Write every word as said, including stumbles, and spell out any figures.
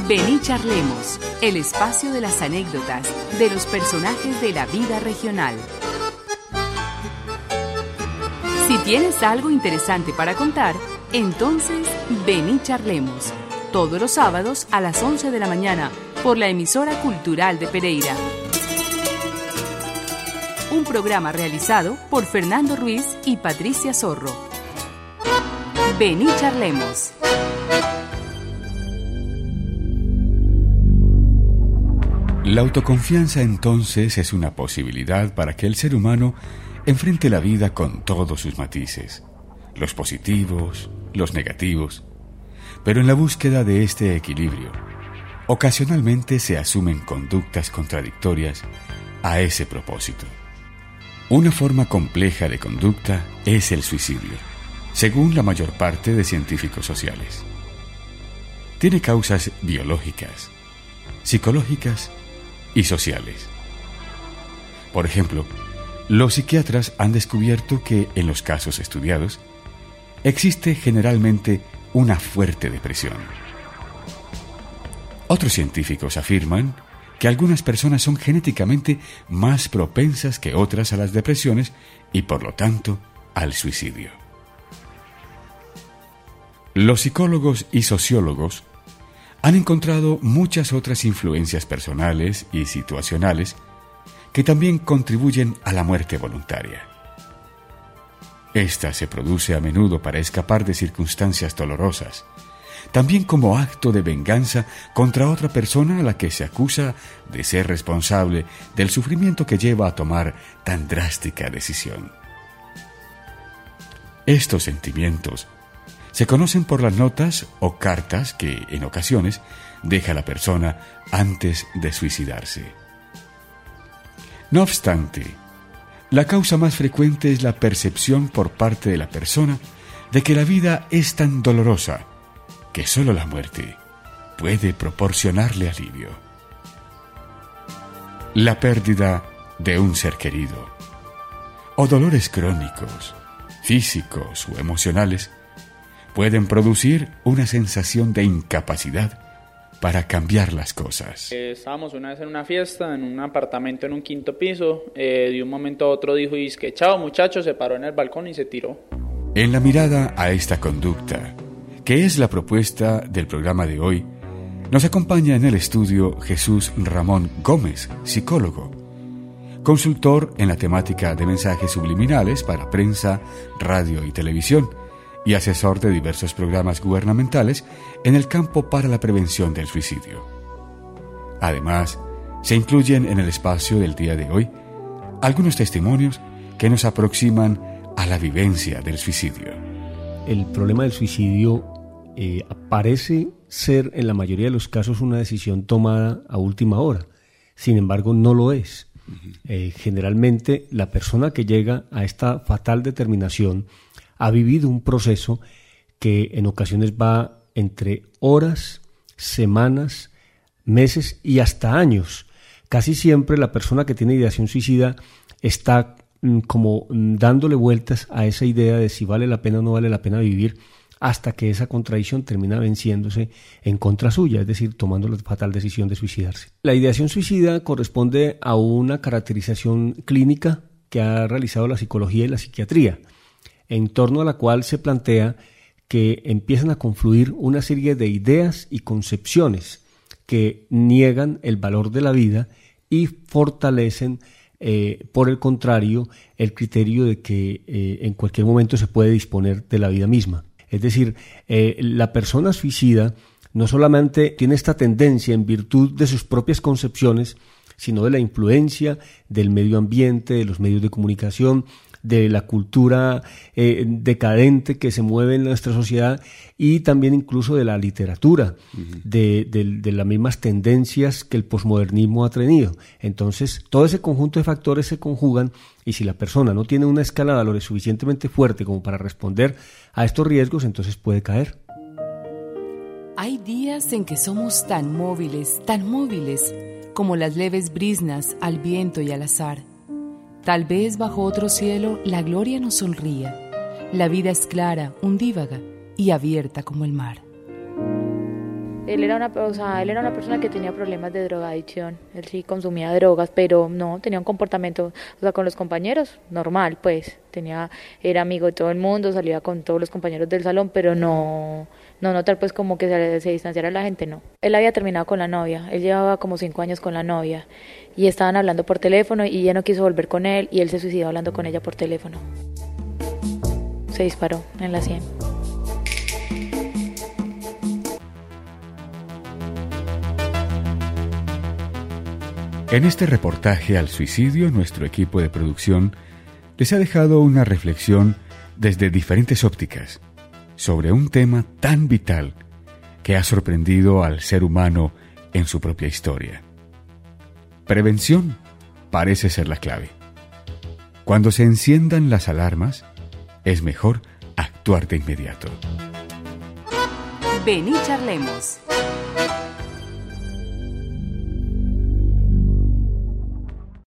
Ven y charlemos, el espacio de las anécdotas de los personajes de la vida regional. Si tienes algo interesante para contar, entonces ven y charlemos. Todos los sábados a las once de la mañana por la emisora cultural de Pereira. Un programa realizado por Fernando Ruiz y Patricia Zorro. Ven y charlemos. La autoconfianza entonces es una posibilidad para que el ser humano enfrente la vida con todos sus matices, los positivos, los negativos, pero en la búsqueda de este equilibrio, ocasionalmente se asumen conductas contradictorias a ese propósito. Una forma compleja de conducta es el suicidio, según la mayor parte de científicos sociales. Tiene causas biológicas, psicológicas y sociales. Por ejemplo, los psiquiatras han descubierto que en los casos estudiados existe generalmente una fuerte depresión. Otros científicos afirman que algunas personas son genéticamente más propensas que otras a las depresiones y por lo tanto al suicidio. Los psicólogos y sociólogos han encontrado muchas otras influencias personales y situacionales que también contribuyen a la muerte voluntaria. Esta se produce a menudo para escapar de circunstancias dolorosas, también como acto de venganza contra otra persona a la que se acusa de ser responsable del sufrimiento que lleva a tomar tan drástica decisión. Estos sentimientos se conocen por las notas o cartas que, en ocasiones, deja la persona antes de suicidarse. No obstante, la causa más frecuente es la percepción por parte de la persona de que la vida es tan dolorosa que solo la muerte puede proporcionarle alivio. La pérdida de un ser querido o dolores crónicos, físicos o emocionales pueden producir una sensación de incapacidad para cambiar las cosas. Eh, estábamos una vez en una fiesta, en un apartamento en un quinto piso, eh, de un momento a otro dijo, y es que chao muchachos, se paró en el balcón y se tiró. En la mirada a esta conducta, que es la propuesta del programa de hoy, nos acompaña en el estudio Jesús Ramón Gómez, psicólogo, consultor en la temática de mensajes subliminales para prensa, radio y televisión, y asesor de diversos programas gubernamentales en el campo para la prevención del suicidio. Además, se incluyen en el espacio del día de hoy algunos testimonios que nos aproximan a la vivencia del suicidio. El problema del suicidio eh, parece ser en la mayoría de los casos una decisión tomada a última hora. Sin embargo, no lo es. Uh-huh. Eh, generalmente, la persona que llega a esta fatal determinación ha vivido un proceso que en ocasiones va entre horas, semanas, meses y hasta años. Casi siempre la persona que tiene ideación suicida está mm, como mm, dándole vueltas a esa idea de si vale la pena o no vale la pena vivir, hasta que esa contradicción termina venciéndose en contra suya, es decir, tomando la fatal decisión de suicidarse. La ideación suicida corresponde a una caracterización clínica que ha realizado la psicología y la psiquiatría, en torno a la cual se plantea que empiezan a confluir una serie de ideas y concepciones que niegan el valor de la vida y fortalecen, eh, por el contrario, el criterio de que eh, en cualquier momento se puede disponer de la vida misma. Es decir, eh, la persona suicida no solamente tiene esta tendencia en virtud de sus propias concepciones, sino de la influencia del medio ambiente, de los medios de comunicación, de la cultura eh, decadente que se mueve en nuestra sociedad y también incluso de la literatura, uh-huh. de, de, de las mismas tendencias que el posmodernismo ha tenido. Entonces, todo ese conjunto de factores se conjugan y si la persona no tiene una escala de valores suficientemente fuerte como para responder a estos riesgos, entonces puede caer. Hay días en que somos tan móviles, tan móviles, como las leves brisnas al viento y al azar. Tal vez bajo otro cielo la gloria nos sonría. La vida es clara, undívaga y abierta como el mar. Él era una, o sea, él era una persona que tenía problemas de drogadicción. Él sí consumía drogas, pero no, tenía un comportamiento, o sea, con los compañeros, normal, pues. Tenía, era amigo de todo el mundo, salía con todos los compañeros del salón, pero no, no notar pues como que se, se distanciara a la gente, no. Él había terminado con la novia, él llevaba como cinco años con la novia y estaban hablando por teléfono y ella no quiso volver con él y él se suicidó hablando con ella por teléfono. Se disparó en la sien. En este reportaje al suicidio, nuestro equipo de producción les ha dejado una reflexión desde diferentes ópticas sobre un tema tan vital que ha sorprendido al ser humano en su propia historia. Prevención parece ser la clave. Cuando se enciendan las alarmas, es mejor actuar de inmediato. Ven y charlemos.